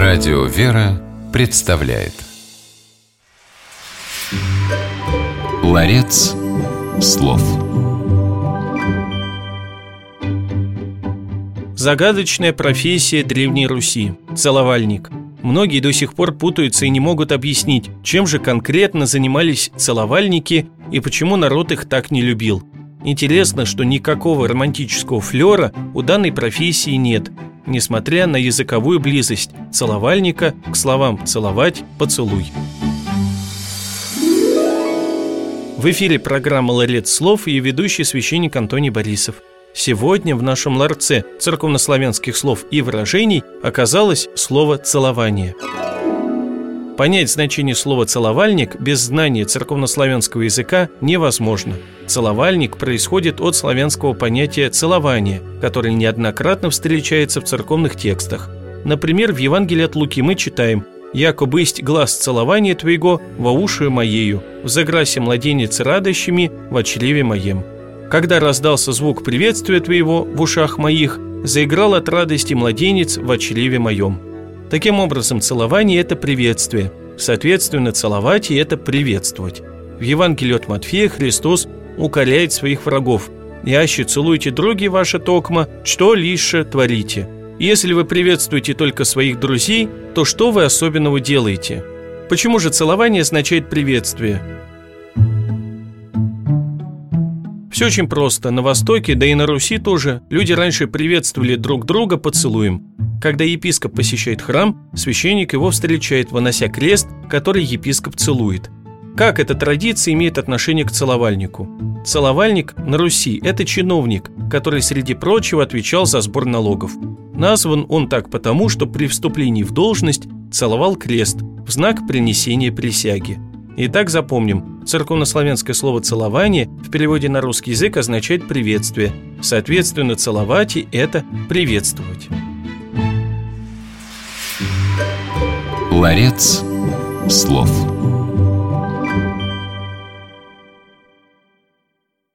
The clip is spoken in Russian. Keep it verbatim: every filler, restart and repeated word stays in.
Радио «Вера» представляет Ларец слов. Загадочная профессия Древней Руси – целовальник. Многие до сих пор путаются и не могут объяснить, чем же конкретно занимались целовальники и почему народ их так не любил. Интересно, что никакого романтического флера у данной профессии нет, несмотря на языковую близость целовальника к словам «целовать», «поцелуй». В эфире программа «Ларец слов» и ее ведущий священник Антоний Борисов. Сегодня в нашем ларце церковнославянских слов и выражений оказалось слово «целование». Понять значение слова «целовальник» без знания церковнославянского языка невозможно. Целовальник происходит от славянского понятия «целование», которое неоднократно встречается в церковных текстах. Например, в Евангелии от Луки мы читаем: «Якобы есть глаз целования твоего во уши моею, взаграсе младенец радощами в чреве моем». Когда раздался звук приветствия твоего в ушах моих, заиграл от радости младенец в чреве моем. Таким образом, целование – это приветствие. Соответственно, целовать – и это приветствовать. В Евангелии от Матфея Христос укоряет своих врагов: «Яще целуйте други ваши токма, что лише творите». Если вы приветствуете только своих друзей, то что вы особенного делаете? Почему же целование означает приветствие? Все очень просто. На Востоке, да и на Руси тоже, люди раньше приветствовали друг друга поцелуем. Когда епископ посещает храм, священник его встречает, вынося крест, который епископ целует. Как эта традиция имеет отношение к целовальнику? Целовальник на Руси – это чиновник, который, среди прочего, отвечал за сбор налогов. Назван он так потому, что при вступлении в должность целовал крест в знак принесения присяги. Итак, запомним, церковнославянское слово «целование» в переводе на русский язык означает «приветствие». Соответственно, целовать – это приветствовать. Ларец слов.